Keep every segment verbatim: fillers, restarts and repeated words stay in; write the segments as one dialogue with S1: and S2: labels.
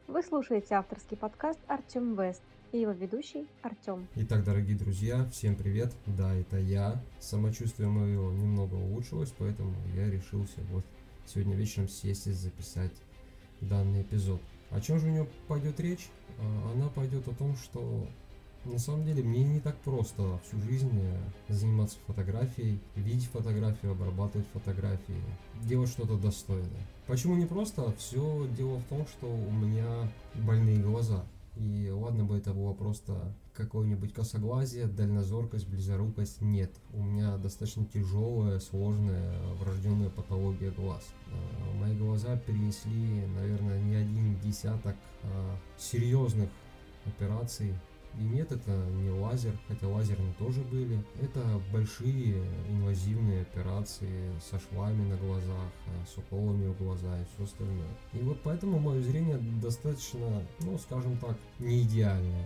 S1: Вы слушаете авторский подкаст Артем Вест и его ведущий Артем.
S2: Итак, дорогие друзья, всем привет. Да, это я. Самочувствие мое немного улучшилось, поэтому я решился вот сегодня вечером сесть и записать данный эпизод. О чем же у него пойдет речь? Она пойдет о том, что на самом деле мне не так просто всю жизнь заниматься фотографией, видеть фотографию, обрабатывать фотографии, делать что-то достойное. Почему не просто? Все дело в том, что у меня больные глаза. И ладно бы это было просто какое-нибудь косоглазие, дальнозоркость, близорукость. Нет, у меня достаточно тяжелая, сложная, врожденная патология глаз. Мои глаза перенесли, наверное, не один десяток а, серьезных операций. И нет, это не лазер, хотя лазерные тоже были. Это большие инвазивные операции со швами на глазах, с уколами в глаза и все остальное. И вот поэтому мое зрение достаточно, ну скажем так, не идеальное.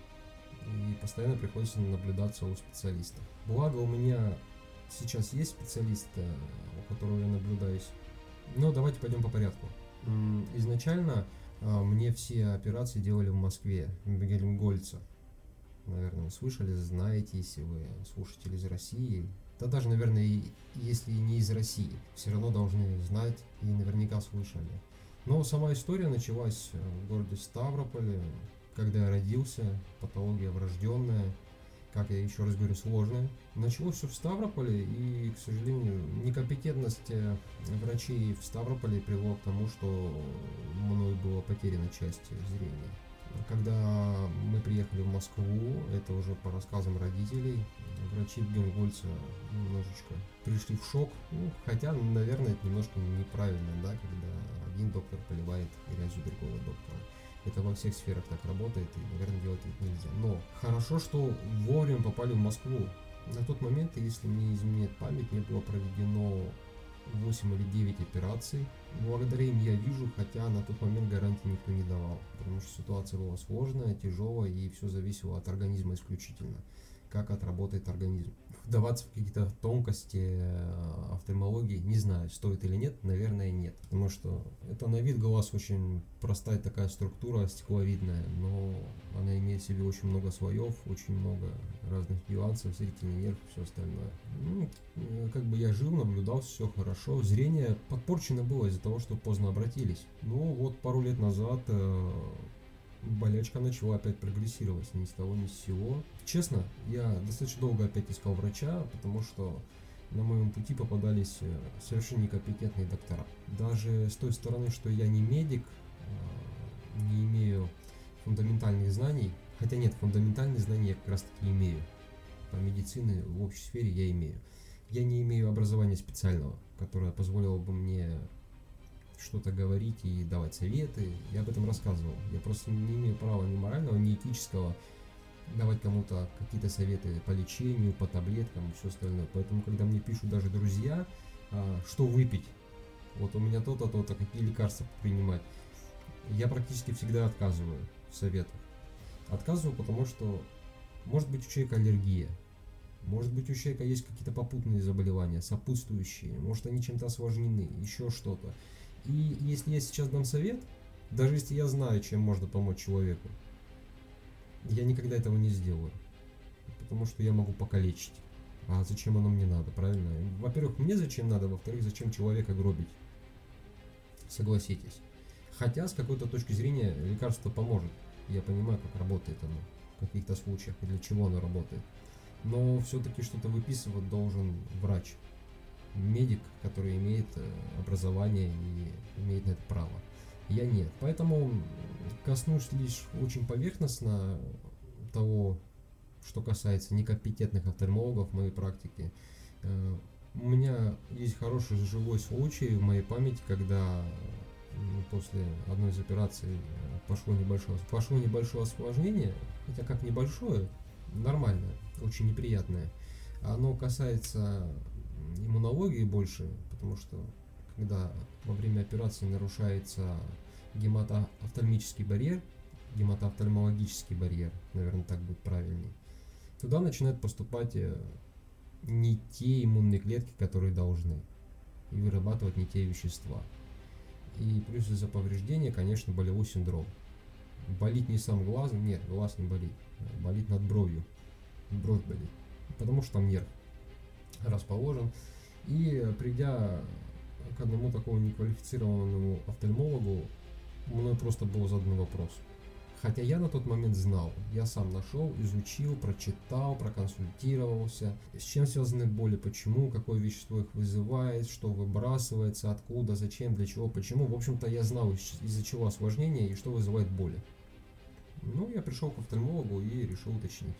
S2: И постоянно приходится наблюдаться у специалистов. Благо у меня сейчас есть специалист, у которого я наблюдаюсь. Но давайте пойдем по порядку. Изначально мне все операции делали в Москве, в Гельмгольце. Наверное, вы слышали, знаете, если вы слушатель из России. Да даже, наверное, и если не из России, все равно должны знать и наверняка слышали. Но сама история началась в городе Ставрополе, когда я родился, патология врожденная, как я еще раз говорю, сложная. Началось все в Ставрополе, и, к сожалению, некомпетентность врачей в Ставрополе привела к тому, что мной было потеряна часть зрения. Когда мы приехали в Москву, это уже по рассказам родителей, врачи в Гельмгольце немножечко пришли в шок. Ну, хотя, наверное, это немножко неправильно, да, когда один доктор поливает грязью другого доктора. Это во всех сферах так работает, и, наверное, делать это нельзя. Но хорошо, что вовремя попали в Москву. На тот момент, если мне не изменяет память, мне было проведено восемь или девять операций. Благодаря им я вижу, хотя на тот момент гарантии никто не давал. Потому что ситуация была сложная, тяжелая, и все зависело от организма исключительно. Как отработает организм. Вдаваться в какие-то тонкости офтальмологии, не знаю, стоит или нет, наверное, нет. Потому что это на вид глаз очень простая такая структура, стекловидная, но она имеет в себе очень много слоев, очень много разных нюансов, зрительный нерв и все остальное. Ну, как бы я жил, наблюдал, все хорошо. Зрение подпорчено было из-за того, что поздно обратились. Ну вот пару лет назад болячка начала опять прогрессировать ни с того ни с сего. Честно, я достаточно долго опять искал врача, потому что на моем пути попадались совершенно некомпетентные доктора. Даже с той стороны, что я не медик, не имею фундаментальных знаний, хотя нет, фундаментальные знания я как раз таки имею. По медицине в общей сфере я имею. Я не имею образования специального, которое позволило бы мне что-то говорить и давать советы. Я об этом рассказывал. Я просто не имею права ни морального, ни этического давать кому-то какие-то советы по лечению, по таблеткам и все остальное. Поэтому, когда мне пишут даже друзья, что выпить, вот у меня то-то, то-то, какие лекарства принимать, я практически всегда отказываю в советах. Отказываю, потому что может быть у человека аллергия, может быть у человека есть какие-то попутные заболевания, сопутствующие, может они чем-то осложнены, еще что-то. И если я сейчас дам совет, даже если я знаю, чем можно помочь человеку, я никогда этого не сделаю. Потому что я могу покалечить. А зачем оно мне надо, правильно? Во-первых, мне зачем надо, во-вторых, зачем человека гробить? Согласитесь. Хотя, с какой-то точки зрения, лекарство поможет. Я понимаю, как работает оно в каких-то случаях и для чего оно работает. Но все-таки что-то выписывать должен врач. Медик, который имеет образование и имеет на это право. Я нет. Поэтому коснусь лишь очень поверхностно того, что касается некомпетентных офтальмологов в моей практике. У меня есть хороший живой случай в моей памяти, когда после одной из операций пошло небольшое, пошло небольшое осложнение, хотя как небольшое, нормальное, очень неприятное. Оно касается иммунологии больше, потому что когда во время операции нарушается гематоофтальмический барьер, гематоофтальмологический барьер, наверное, так будет правильнее, туда начинают поступать не те иммунные клетки, которые должны, и вырабатывать не те вещества. И плюс из-за повреждения, конечно, болевой синдром. болит не сам глаз, нет, глаз не болит, болит над бровью, бровь болит, потому что там нерв расположен. И придя к одному такому неквалифицированному офтальмологу, мной просто был задан вопрос. Хотя я на тот момент знал, я сам нашел, изучил, прочитал, проконсультировался, с чем связаны боли, почему, какое вещество их вызывает, что выбрасывается, откуда, зачем, для чего, почему. В общем-то, я знал, из-за чего осложнение и что вызывает боли. Ну, я пришел к офтальмологу и решил уточнить.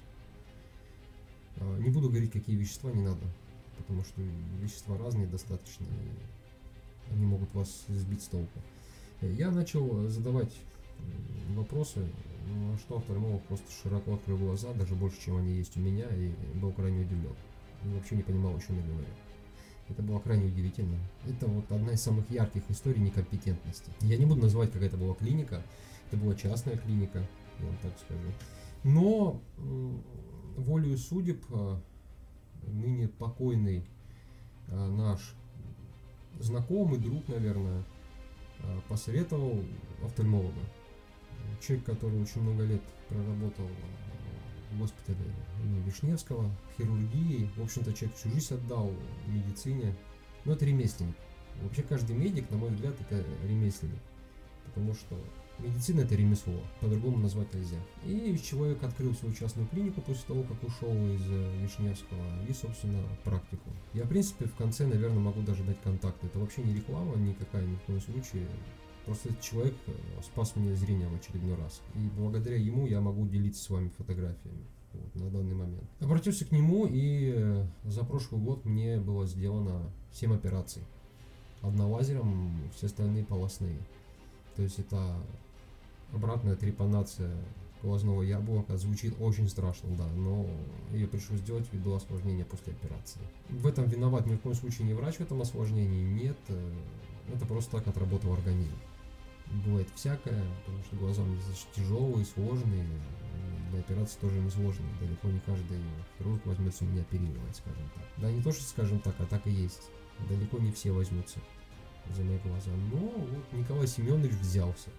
S2: Не буду говорить, какие вещества, не надо, потому что вещества разные достаточно, и они могут вас сбить с толку. Я начал задавать вопросы, на что офтальмолог просто широко открыл глаза, даже больше, чем они есть у меня, и был крайне удивлен. И вообще не понимал, о чем я говорю. Это было крайне удивительно. Это вот одна из самых ярких историй некомпетентности. Я не буду называть, какая это была клиника. Это была частная клиника, я вам так скажу. Но волею судеб ныне покойный наш знакомый, друг, наверное, посоветовал офтальмолога. Человек, который очень много лет проработал в госпитале Вишневского, хирургии. В общем-то, человек всю жизнь отдал медицине. Но это ремесленник. Вообще каждый медик, на мой взгляд, это ремесленник. Потому что медицина — это ремесло, по-другому назвать нельзя. И человек открыл свою частную клинику после того, как ушел из Вишневского, и, собственно, практику. Я, в принципе, в конце, наверное, могу даже дать контакты. Это вообще не реклама никакая, ни в коем случае. Просто этот человек спас мне зрение в очередной раз. И благодаря ему я могу делиться с вами фотографиями вот, на данный момент. Обратился к нему, и за прошлый год мне было сделано семь операций. Одна лазером, все остальные полостные. То есть это обратная трепанация глазного яблока. Звучит очень страшно, да, но ее пришлось сделать ввиду осложнения после операции. В этом виноват ни в коем случае не врач в этом осложнении, нет. Это просто так отработал организм. Бывает всякое, потому что глаза тяжелые, сложные, для операции тоже не сложные. Далеко не каждый хирург возьмется меня оперировать, скажем так. Да не то, что скажем так, а так и есть. Далеко не все возьмутся за мои глаза. Но вот Николай Семенович взялся.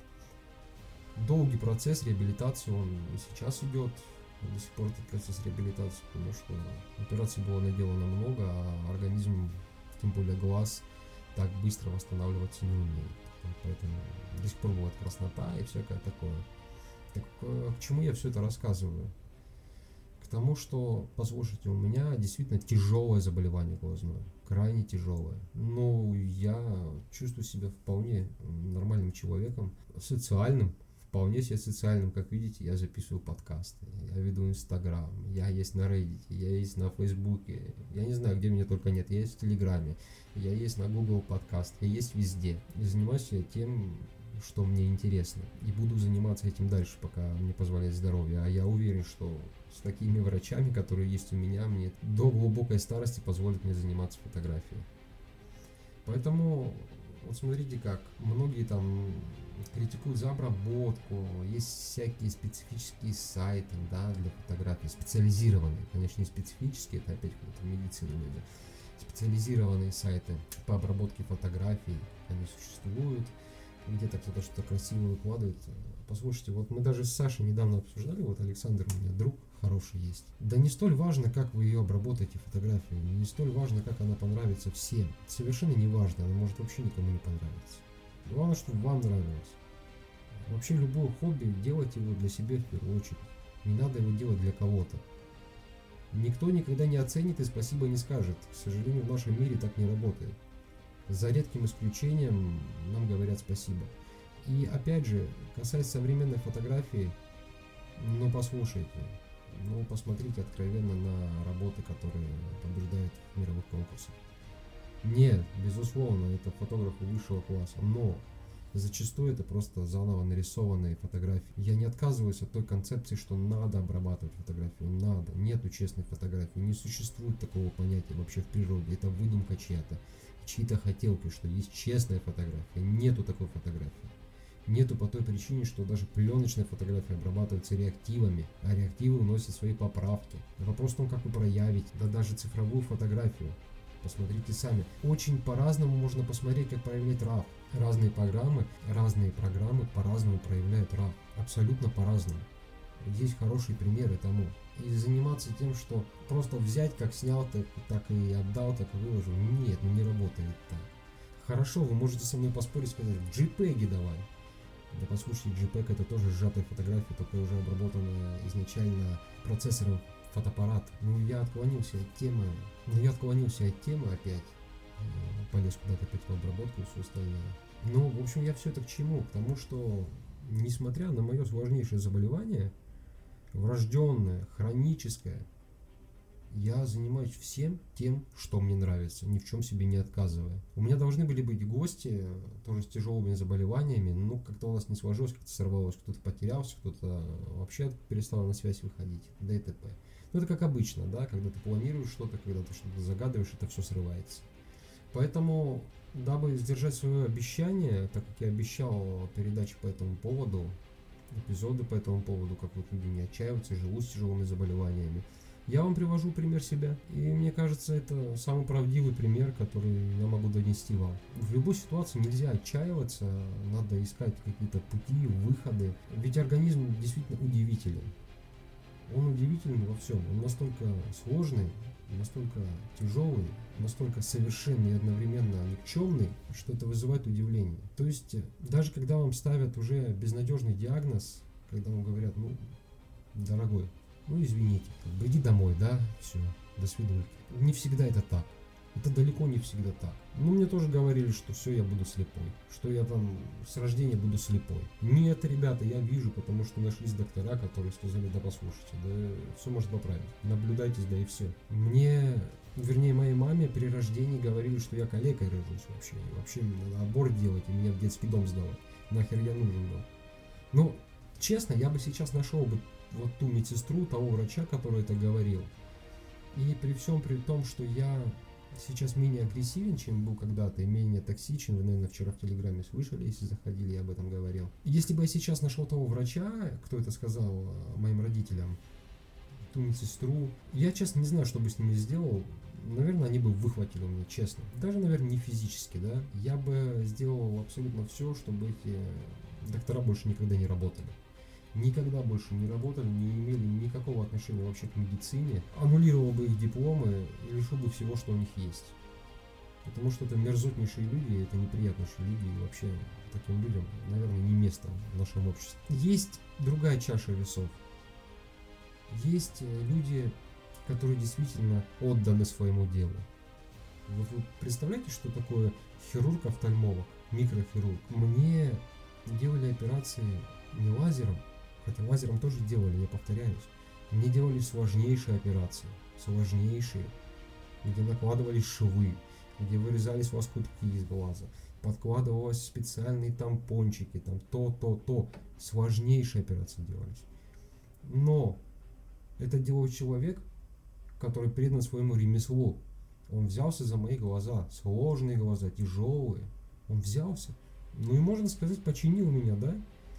S2: Долгий процесс реабилитации, он и сейчас идет. До сих пор этот процесс реабилитации, потому что операций было наделано много, а организм, тем более глаз, так быстро восстанавливаться не умеет. Поэтому до сих пор бывает краснота и всякое такое. Так, к чему я все это рассказываю? К тому, что, послушайте, у меня действительно тяжелое заболевание глазное, крайне тяжелое. Но я чувствую себя вполне нормальным человеком, социальным, вполне себе социальным. Как видите, я записываю подкасты, я веду Инстаграм, я есть на Reddit, я есть на Фейсбуке, я не знаю, где меня только нет, я есть в Телеграме, я есть на Google подкаст, я есть везде. И занимаюсь я тем, что мне интересно. И буду заниматься этим дальше, пока мне позволяет здоровье. А я уверен, что с такими врачами, которые есть у меня, мне до глубокой старости позволит мне заниматься фотографией. Поэтому, вот смотрите как, многие там критикуют за обработку, есть всякие специфические сайты, да, для фотографий, специализированные, конечно, не специфические, это опять какая-то медицина люди. Специализированные сайты по обработке фотографий, они существуют, где-то кто-то что-то красиво выкладывает. Послушайте, вот мы даже с Сашей недавно обсуждали, вот Александр у меня друг хороший есть. Да не столь важно, как вы ее обработаете, фотографию, не столь важно, как она понравится всем. Совершенно не важно, она может вообще никому не понравиться. Главное, чтобы вам нравилось. Вообще любое хобби, делайте его для себя в первую очередь. Не надо его делать для кого-то. Никто никогда не оценит и спасибо не скажет. К сожалению, в нашем мире так не работает. За редким исключением нам говорят спасибо. И опять же, касаясь современной фотографии, ну послушайте, ну посмотрите откровенно на работы, которые побеждают в мировых конкурсах. Нет, безусловно, это фотографы высшего класса, но зачастую это просто заново нарисованные фотографии. Я не отказываюсь от той концепции, что надо обрабатывать фотографию, надо. Нету честных фотографий, не существует такого понятия вообще в природе, это выдумка чья-то, чьи-то хотелки, что есть честная фотография, нету такой фотографии. Нету по той причине, что даже пленочная фотография обрабатывается реактивами, а реактивы вносят свои поправки. Вопрос в том, как вы проявите, да даже цифровую фотографию. посмотрите сами. Очень по-разному можно посмотреть, как проявлять РАФ. Разные программы, разные программы по-разному проявляют РАФ. Абсолютно по-разному. Есть хорошие примеры тому. И заниматься тем, что просто взять, как снял, так, так и отдал, так и выложил. Нет, ну не работает так. Хорошо, вы можете со мной поспорить, сказать, джей-пеги давай. Да послушайте, джей-пег это тоже сжатая фотография, только уже обработанная изначально процессором фотоаппарат. Ну я отклонился от темы, ну я отклонился от темы опять. Полез куда-то опять в обработку и все остальное. Ну, в общем, я все это к чему? К тому, что, несмотря на мое сложнейшее заболевание, врожденное, хроническое, я занимаюсь всем тем, что мне нравится, ни в чем себе не отказывая. У меня должны были быть гости, тоже с тяжелыми заболеваниями, но как-то у нас не сложилось, как-то сорвалось, кто-то потерялся, кто-то вообще перестал на связь выходить, да и т.п. Ну это как обычно, да, когда ты планируешь что-то, когда ты что-то загадываешь, это все срывается. Поэтому, дабы сдержать свое обещание, так как я обещал передачи по этому поводу, эпизоды по этому поводу, как вот люди не отчаиваются, живут с тяжелыми заболеваниями, я вам привожу пример себя. И мне кажется, это самый правдивый пример, который я могу донести вам. В любой ситуации нельзя отчаиваться, надо искать какие-то пути, выходы. Ведь организм действительно удивителен. Он удивителен во всем. Он настолько сложный, настолько тяжелый, настолько совершенный и одновременно никчемный, что это вызывает удивление. То есть, даже когда вам ставят уже безнадежный диагноз, когда вам говорят, ну, дорогой, ну извините, иди домой, да, все, до свидания. Не всегда это так. Это далеко не всегда так. Ну, мне тоже говорили, что все, я буду слепой, что я там с рождения буду слепой. Нет, ребята, я вижу, потому что нашлись доктора, которые сказали, да послушайте, да все можно поправить, наблюдайтесь, да и все. Мне, вернее, моей маме при рождении говорили, что я калекой рожусь вообще, и вообще мне надо аборт делать и меня в детский дом сдавать. Нахер я нужен был. Ну, честно, я бы сейчас нашел бы вот ту медсестру, того врача, который это говорил. И при всем при том, что я сейчас менее агрессивен, чем был когда-то, и менее токсичен, вы, наверное, вчера в Телеграме слышали, если заходили, я об этом говорил. Если бы я сейчас нашел того врача, кто это сказал моим родителям, ту медсестру, я, честно, не знаю, что бы с ними сделал. Наверное, они бы выхватили у меня, честно. Даже, наверное, не физически, да. Я бы сделал абсолютно все, чтобы эти доктора больше никогда не работали. Никогда больше не работали, не имели никакого отношения вообще к медицине, аннулировал бы их дипломы и лишил бы всего, что у них есть. Потому что это мерзотнейшие люди, это неприятнейшие люди, и вообще таким людям, наверное, не место в нашем обществе. Есть другая чаша весов. Есть люди, которые действительно отданы своему делу. Вот вы представляете, что такое хирург-офтальмолог, микрохирург? Мне делали операции не лазером, хотя лазером тоже делали, я повторяюсь. Мне делали сложнейшие операции, сложнейшие, где накладывались швы, где вырезались лоскутки из глаза, подкладывалось специальные тампончики, там то, то, то. Сложнейшие операции делались. Но это делал человек, который предан своему ремеслу. Он взялся за мои глаза, сложные глаза, тяжелые. Он взялся. Ну и можно сказать, починил меня, да?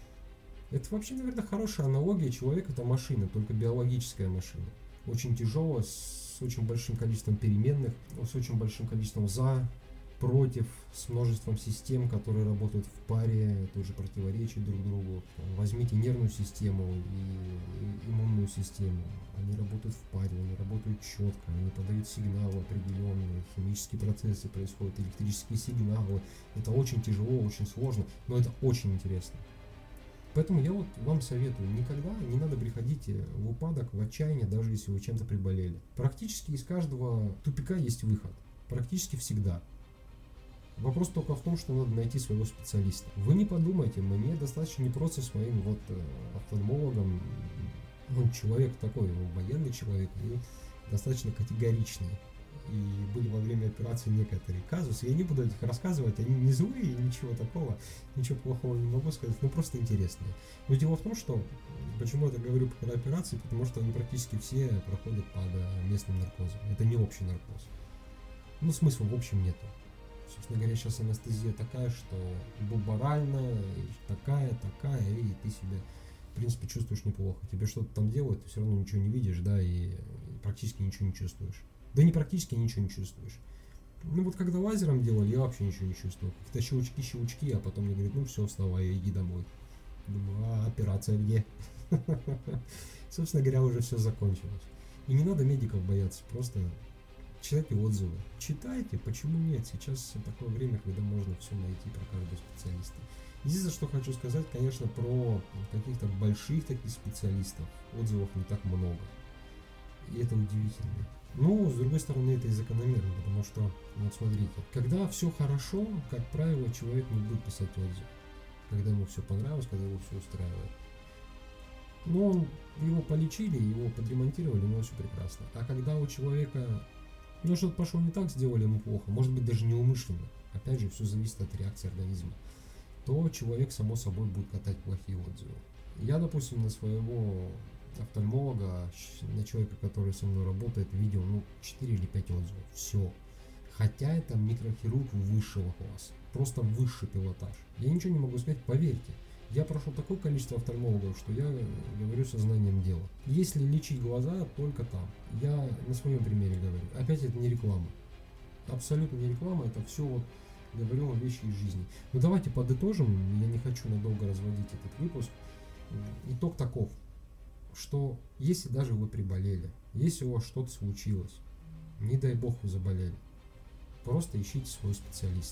S2: Это вообще, наверное, хорошая аналогия. Человек — это машина, только биологическая машина. Очень тяжелая, с очень большим количеством переменных, с очень большим количеством за, против, с множеством систем, которые работают в паре, тоже противоречат друг другу. Возьмите нервную систему и иммунную систему. Они работают в паре, они работают четко, они подают сигналы определенные, химические процессы происходят, электрические сигналы. Это очень тяжело, очень сложно, но это очень интересно. Поэтому я вот вам советую, никогда не надо приходить в упадок, в отчаяние, даже если вы чем-то приболели. Практически из каждого тупика есть выход. Практически всегда. Вопрос только в том, что надо найти своего специалиста. Вы не подумайте, мне достаточно не просто с моим вот офтальмологом. Он человек такой, он военный человек и достаточно категоричный. И были во время операции некоторые казусы. Я не буду их рассказывать, они не злые, ничего такого, ничего плохого не могу сказать, но просто интересные. Но дело в том, что, почему я это говорю про операции, потому что они практически все проходят под местным наркозом. Это не общий наркоз. Ну, смысла в общем нету. Собственно говоря, сейчас анестезия такая, что бубаральная, такая, такая, и ты себя, в принципе, чувствуешь неплохо. Тебе что-то там делают, ты все равно ничего не видишь, да, и практически ничего не чувствуешь. Да не практически ничего не чувствуешь. Ну вот когда лазером делали, я вообще ничего не чувствовал. Какие-то щелчки-щелчки, а потом мне говорят, ну все, вставай, иди домой. Думаю, а операция где? Собственно говоря, уже все закончилось. И не надо медиков бояться, просто читайте отзывы. Читайте, почему нет? Сейчас такое время, когда можно все найти про каждого специалиста. Единственное, что хочу сказать, конечно, про каких-то больших таких специалистов отзывов не так много. И это удивительно. Но, с другой стороны, это и закономерно, потому что, вот смотрите, когда все хорошо, как правило, человек не будет писать отзыв. Когда ему все понравилось, когда его все устраивает. Но он, его полечили, его подремонтировали, у него все прекрасно. А когда у человека, ну, что-то пошло не так, сделали ему плохо, может быть, даже неумышленно, опять же, все зависит от реакции организма, то человек, само собой, будет катать плохие отзывы. Я, допустим, на своего офтальмолога, на человека, который со мной работает, видел, ну, четыре или пять отзывов. Все. Хотя это микрохирург высшего класса. Просто высший пилотаж. Я ничего не могу сказать, поверьте. Я прошел такое количество офтальмологов, что я говорю сознанием дела. Если лечить глаза, только там. Я на своем примере говорю. Опять это не реклама. Абсолютно не реклама, это все вот говорю вам вещи из жизни. Ну давайте подытожим, я не хочу надолго разводить этот выпуск. Итог таков, что если даже вы приболели, если у вас что-то случилось, не дай бог вы заболели, просто ищите своего специалиста.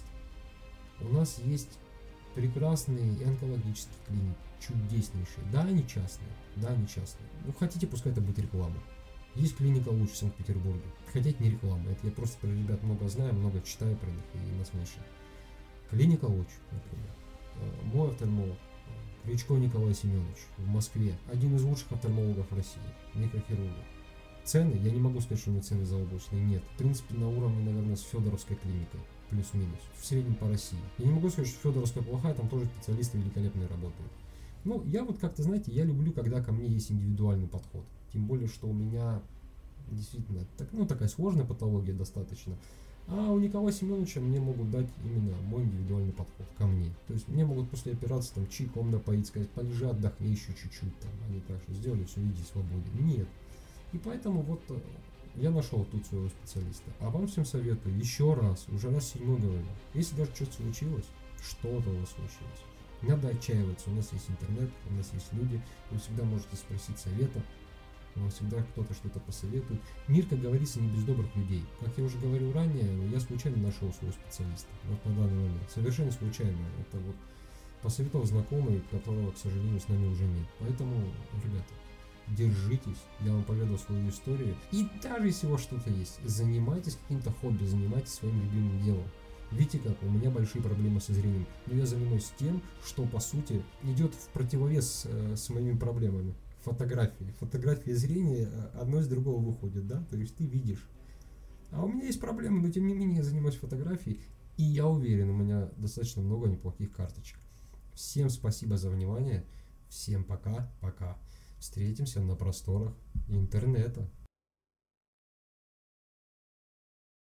S2: У нас есть прекрасные онкологические клиники, чудеснейшие. Да, они частные, да, они частные. Ну, хотите, пускай это будет реклама. Есть клиника луч в Санкт-Петербурге. Хотя это не реклама, это я просто про ребят много знаю, много читаю про них и наслышан. Клиника луч, например. Мой офтальмолог Крючков Николай Семенович в Москве. Один из лучших офтальмологов России, микрохирургов. Цены, я не могу сказать, что у него цены заоблачные, нет. В принципе, на уровне, наверное, с Федоровской клиникой, плюс-минус, в среднем по России. Я не могу сказать, что Федоровская плохая, там тоже специалисты великолепные работают. Ну, я вот как-то, знаете, я люблю, когда ко мне есть индивидуальный подход. Тем более, что у меня действительно так, ну, такая сложная патология достаточно. А у Николая Семеновича мне могут дать именно мой индивидуальный подход ко мне. То есть мне могут после операции там чайком напоить, сказать, полежи, отдохни еще чуть-чуть. Там, они так что сделали, все, иди свободен. Нет. И поэтому вот я нашел тут своего специалиста. А вам всем советую, еще раз, уже раз седьмой говорю, если даже что-то случилось, что-то у вас случилось, не надо отчаиваться, у нас есть интернет, у нас есть люди, вы всегда можете спросить совета, вам всегда кто-то что-то посоветует. Мир, как говорится, не без добрых людей. Как я уже говорил ранее, я случайно нашел своего специалиста, вот на данный момент, совершенно случайно, это вот посоветовал знакомый, которого, к сожалению, с нами уже нет. Поэтому, ребята, держитесь, я вам поведал свою историю. И даже если у вас что-то есть, занимайтесь каким-то хобби, занимайтесь своим любимым делом. Видите как, у меня большие проблемы со зрением, но я занимаюсь тем, что по сути идет в противовес э, с моими проблемами. Фотографии. Фотографии зрения одно из другого выходит, да, то есть ты видишь. А у меня есть проблемы, но тем не менее я занимаюсь фотографией, и я уверен, у меня достаточно много неплохих карточек. Всем спасибо за внимание, всем пока, пока. Встретимся на просторах интернета.